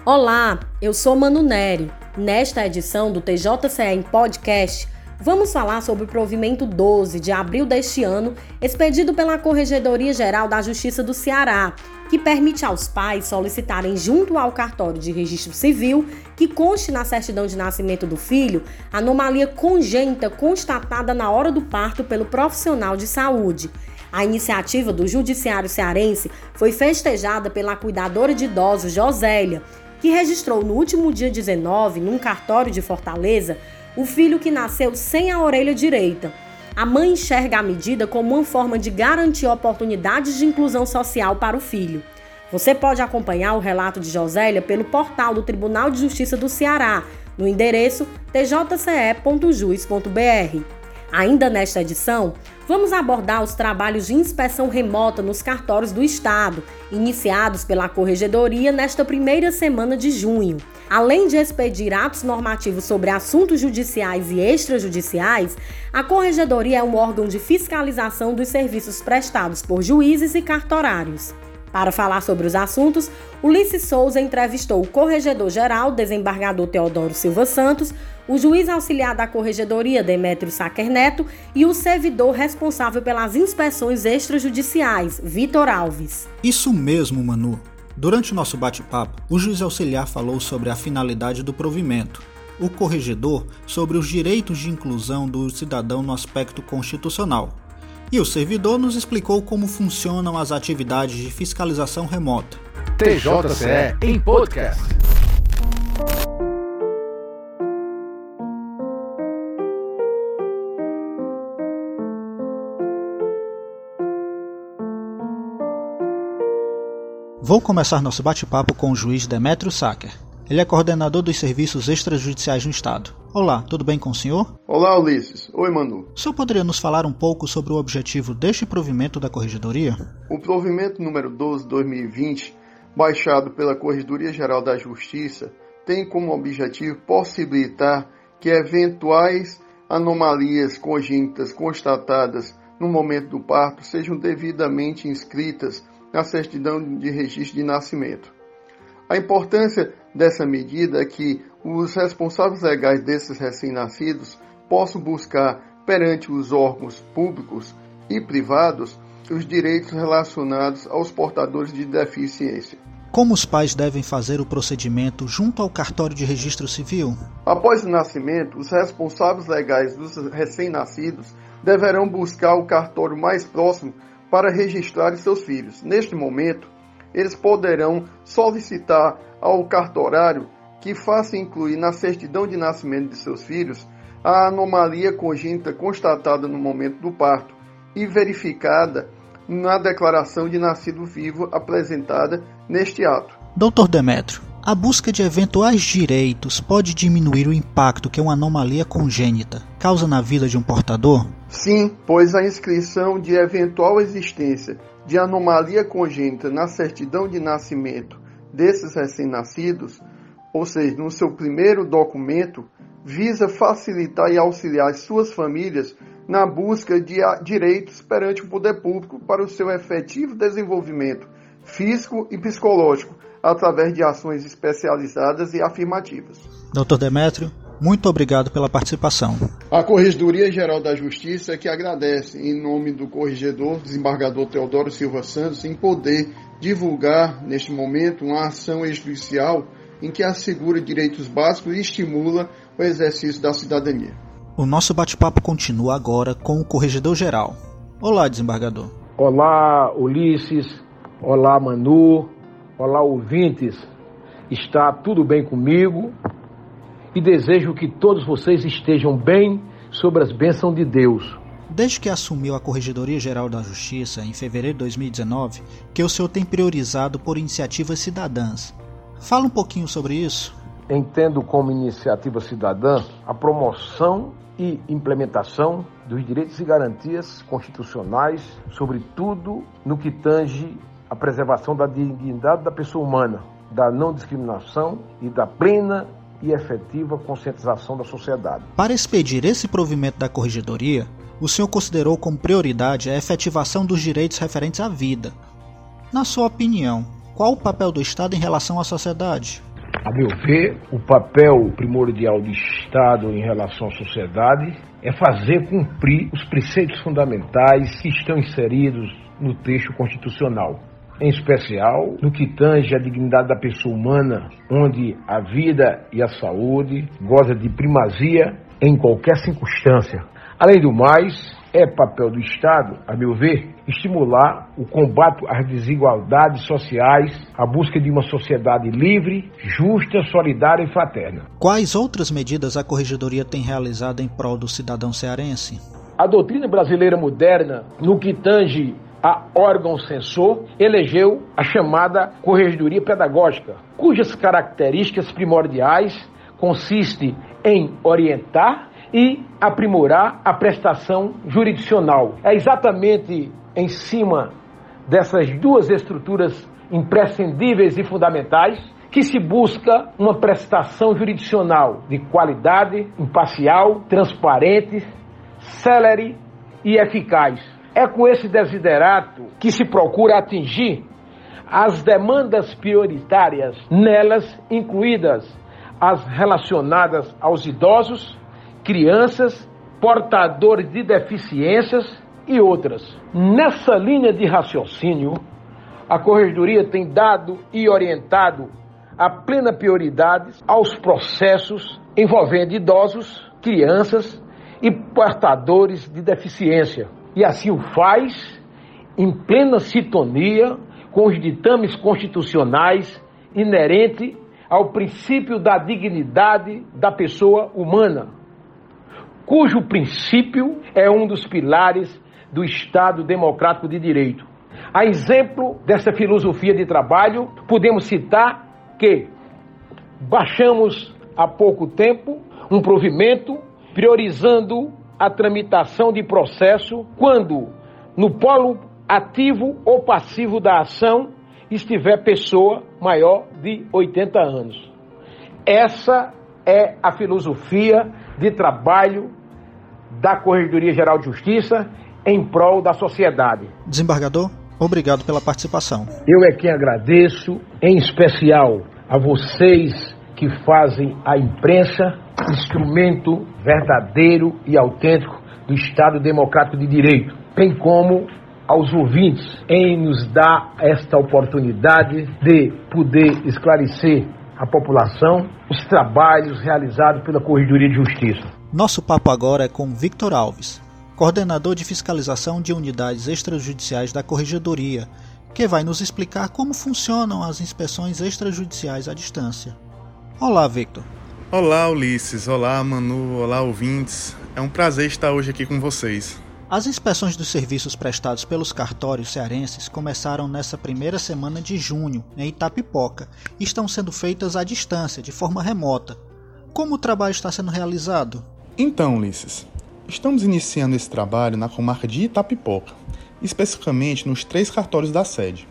Olá, eu sou Manu Neri. Nesta edição do TJCE em Podcast, vamos falar sobre o provimento 12 de abril deste ano, expedido pela Corregedoria Geral da Justiça do Ceará, que permite aos pais solicitarem junto ao cartório de registro civil que conste na certidão de nascimento do filho anomalia congênita constatada na hora do parto pelo profissional de saúde. A iniciativa do Judiciário Cearense foi festejada pela cuidadora de idosos Josélia, que registrou no último dia 19, num cartório de Fortaleza, o filho que nasceu sem a orelha direita. A mãe enxerga a medida como uma forma de garantir oportunidades de inclusão social para o filho. Você pode acompanhar o relato de Josélia pelo portal do Tribunal de Justiça do Ceará, no endereço tjce.jus.br. Ainda nesta edição, vamos abordar os trabalhos de inspeção remota nos cartórios do Estado, iniciados pela Corregedoria nesta primeira semana de junho. Além de expedir atos normativos sobre assuntos judiciais e extrajudiciais, a Corregedoria é um órgão de fiscalização dos serviços prestados por juízes e cartorários. Para falar sobre os assuntos, Ulisses Souza entrevistou o Corregedor-Geral, desembargador Teodoro Silva Santos, o juiz auxiliar da Corregedoria, Demétrio Sacker Neto, e o servidor responsável pelas inspeções extrajudiciais, Vitor Alves. Isso mesmo, Manu. Durante o nosso bate-papo, o juiz auxiliar falou sobre a finalidade do provimento, o corregedor sobre os direitos de inclusão do cidadão no aspecto constitucional. E o servidor nos explicou como funcionam as atividades de fiscalização remota. TJCE em Podcast. Vou começar nosso bate-papo com o juiz Demétrio Sacker. Ele é coordenador dos serviços extrajudiciais no Estado. Olá, tudo bem com o senhor? Olá, Ulisses. Oi, Manu. O senhor poderia nos falar um pouco sobre o objetivo deste provimento da Corregedoria? O provimento número 12/2020, baixado pela Corregedoria Geral da Justiça, tem como objetivo possibilitar que eventuais anomalias congênitas constatadas no momento do parto sejam devidamente inscritas na certidão de registro de nascimento. A importância dessa medida é que os responsáveis legais desses recém-nascidos possam buscar perante os órgãos públicos e privados os direitos relacionados aos portadores de deficiência. Como os pais devem fazer o procedimento junto ao cartório de registro civil? Após o nascimento, os responsáveis legais dos recém-nascidos deverão buscar o cartório mais próximo para registrar seus filhos. Neste momento, eles poderão solicitar ao cartorário que faça incluir na certidão de nascimento de seus filhos a anomalia congênita constatada no momento do parto e verificada na declaração de nascido vivo apresentada neste ato. Dr. Demétrio, a busca de eventuais direitos pode diminuir o impacto que uma anomalia congênita causa na vida de um portador? Sim, pois a inscrição de eventual existência de anomalia congênita na certidão de nascimento desses recém-nascidos, ou seja, no seu primeiro documento, visa facilitar e auxiliar as suas famílias na busca de direitos perante o poder público para o seu efetivo desenvolvimento físico e psicológico, através de ações especializadas e afirmativas. Dr. Demétrio, muito obrigado pela participação. A Corregedoria Geral da Justiça que agradece, em nome do corregedor, desembargador Teodoro Silva Santos, em poder divulgar, neste momento, uma ação extrajudicial em que assegura direitos básicos e estimula o exercício da cidadania. O nosso bate-papo continua agora com o Corregedor-Geral. Olá, desembargador. Olá, Ulisses. Olá, Manu. Olá, ouvintes. Está tudo bem comigo? E desejo que todos vocês estejam bem sob as bênçãos de Deus. Desde que assumiu a Corregedoria Geral da Justiça, em fevereiro de 2019, que o senhor tem priorizado por iniciativas cidadãs. Fala um pouquinho sobre isso. Entendo como iniciativa cidadã a promoção e implementação dos direitos e garantias constitucionais, sobretudo no que tange a preservação da dignidade da pessoa humana, da não discriminação e da plena e efetiva conscientização da sociedade. Para expedir esse provimento da Corregedoria, o senhor considerou como prioridade a efetivação dos direitos referentes à vida. Na sua opinião, qual o papel do Estado em relação à sociedade? A meu ver, o papel primordial do Estado em relação à sociedade é fazer cumprir os preceitos fundamentais que estão inseridos no texto constitucional, em especial no que tange à dignidade da pessoa humana, onde a vida e a saúde gozam de primazia em qualquer circunstância. Além do mais, é papel do Estado, a meu ver, estimular o combate às desigualdades sociais, a busca de uma sociedade livre, justa, solidária e fraterna. Quais outras medidas a Corregedoria tem realizado em prol do cidadão cearense? A doutrina brasileira moderna, no que tange a órgão censor, elegeu a chamada Corregedoria Pedagógica, cujas características primordiais consistem em orientar e aprimorar a prestação jurisdicional. É exatamente em cima dessas duas estruturas imprescindíveis e fundamentais que se busca uma prestação jurisdicional de qualidade, imparcial, transparente, célere e eficaz. É com esse desiderato que se procura atingir as demandas prioritárias, nelas incluídas as relacionadas aos idosos, crianças, portadores de deficiências e outras. Nessa linha de raciocínio, a Corregedoria tem dado e orientado a plena prioridade aos processos envolvendo idosos, crianças e portadores de deficiência. E assim o faz em plena sintonia com os ditames constitucionais inerentes ao princípio da dignidade da pessoa humana, cujo princípio é um dos pilares do Estado Democrático de Direito. A exemplo dessa filosofia de trabalho, podemos citar que baixamos há pouco tempo um provimento priorizando a tramitação de processo quando no polo ativo ou passivo da ação estiver pessoa maior de 80 anos. Essa é a filosofia de trabalho da Corregedoria Geral de Justiça em prol da sociedade. Desembargador, obrigado pela participação. Eu é quem agradeço, em especial a vocês que fazem a imprensa instrumento verdadeiro e autêntico do Estado Democrático de Direito, bem como aos ouvintes em nos dar esta oportunidade de poder esclarecer a população os trabalhos realizados pela Corregedoria de Justiça. Nosso papo agora é com Victor Alves, coordenador de fiscalização de unidades extrajudiciais da Corregedoria, que vai nos explicar como funcionam as inspeções extrajudiciais à distância. Olá, Victor. Olá, Ulisses. Olá, Manu. Olá, ouvintes. É um prazer estar hoje aqui com vocês. As inspeções dos serviços prestados pelos cartórios cearenses começaram nessa primeira semana de junho, em Itapipoca, e estão sendo feitas à distância, de forma remota. Como o trabalho está sendo realizado? Então, Ulisses, estamos iniciando esse trabalho na comarca de Itapipoca, especificamente nos 3 cartórios da sede.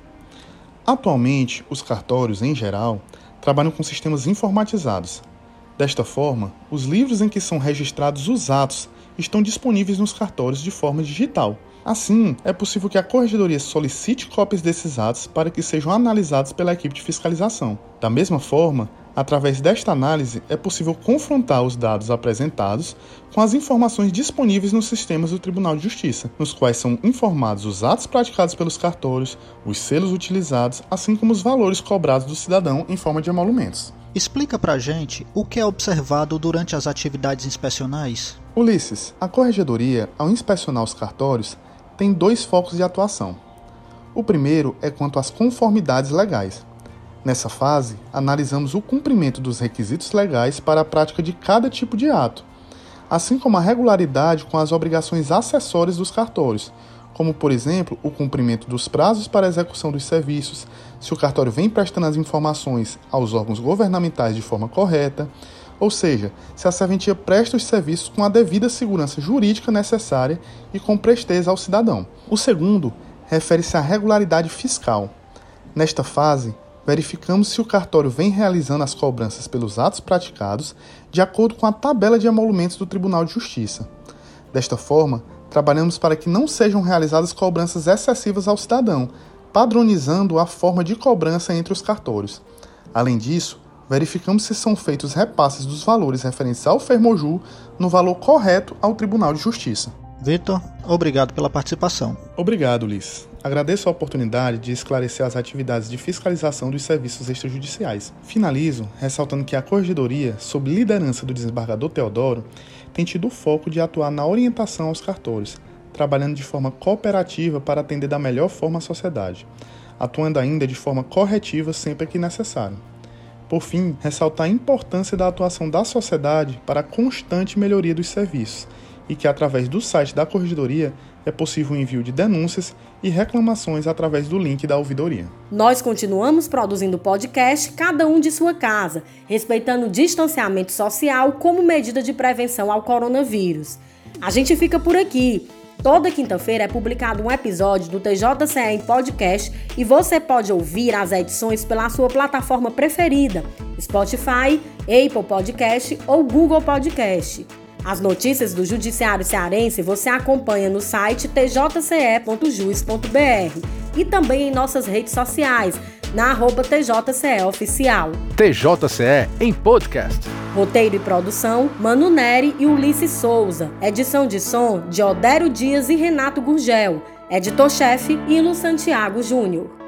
Atualmente, os cartórios, em geral, trabalham com sistemas informatizados. Desta forma, os livros em que são registrados os atos estão disponíveis nos cartórios de forma digital. Assim, é possível que a Corregedoria solicite cópias desses atos para que sejam analisados pela equipe de fiscalização. Da mesma forma, através desta análise, é possível confrontar os dados apresentados com as informações disponíveis nos sistemas do Tribunal de Justiça, nos quais são informados os atos praticados pelos cartórios, os selos utilizados, assim como os valores cobrados do cidadão em forma de emolumentos. Explica pra gente o que é observado durante as atividades inspecionais. Ulisses, a Corregedoria, ao inspecionar os cartórios, tem 2 focos de atuação. O primeiro é quanto às conformidades legais. Nessa fase, analisamos o cumprimento dos requisitos legais para a prática de cada tipo de ato, assim como a regularidade com as obrigações acessórias dos cartórios, como, por exemplo, o cumprimento dos prazos para a execução dos serviços, se o cartório vem prestando as informações aos órgãos governamentais de forma correta, ou seja, se a serventia presta os serviços com a devida segurança jurídica necessária e com presteza ao cidadão. O segundo refere-se à regularidade fiscal. Nesta fase, verificamos se o cartório vem realizando as cobranças pelos atos praticados de acordo com a tabela de emolumentos do Tribunal de Justiça. Desta forma, trabalhamos para que não sejam realizadas cobranças excessivas ao cidadão, padronizando a forma de cobrança entre os cartórios. Além disso, verificamos se são feitos repasses dos valores referentes ao Fermoju no valor correto ao Tribunal de Justiça. Vitor, obrigado pela participação. Obrigado, Ulisses. Agradeço a oportunidade de esclarecer as atividades de fiscalização dos serviços extrajudiciais. Finalizo ressaltando que a Corregedoria, sob liderança do desembargador Teodoro, tem tido o foco de atuar na orientação aos cartórios, trabalhando de forma cooperativa para atender da melhor forma a sociedade, atuando ainda de forma corretiva sempre que necessário. Por fim, ressaltar a importância da atuação da sociedade para a constante melhoria dos serviços e que, através do site da Corregedoria, é possível o envio de denúncias e reclamações através do link da ouvidoria. Nós continuamos produzindo podcast, cada um de sua casa, respeitando o distanciamento social como medida de prevenção ao coronavírus. A gente fica por aqui. Toda quinta-feira é publicado um episódio do TJCE em podcast e você pode ouvir as edições pela sua plataforma preferida, Spotify, Apple Podcast ou Google Podcast. As notícias do Judiciário Cearense você acompanha no site tjce.jus.br e também em nossas redes sociais, na @TJCEOficial. TJCE em podcast. Roteiro e produção, Mano Neri e Ulisses Souza. Edição de som de Odério Dias e Renato Gurgel. Editor-chefe, Ilo Santiago Júnior.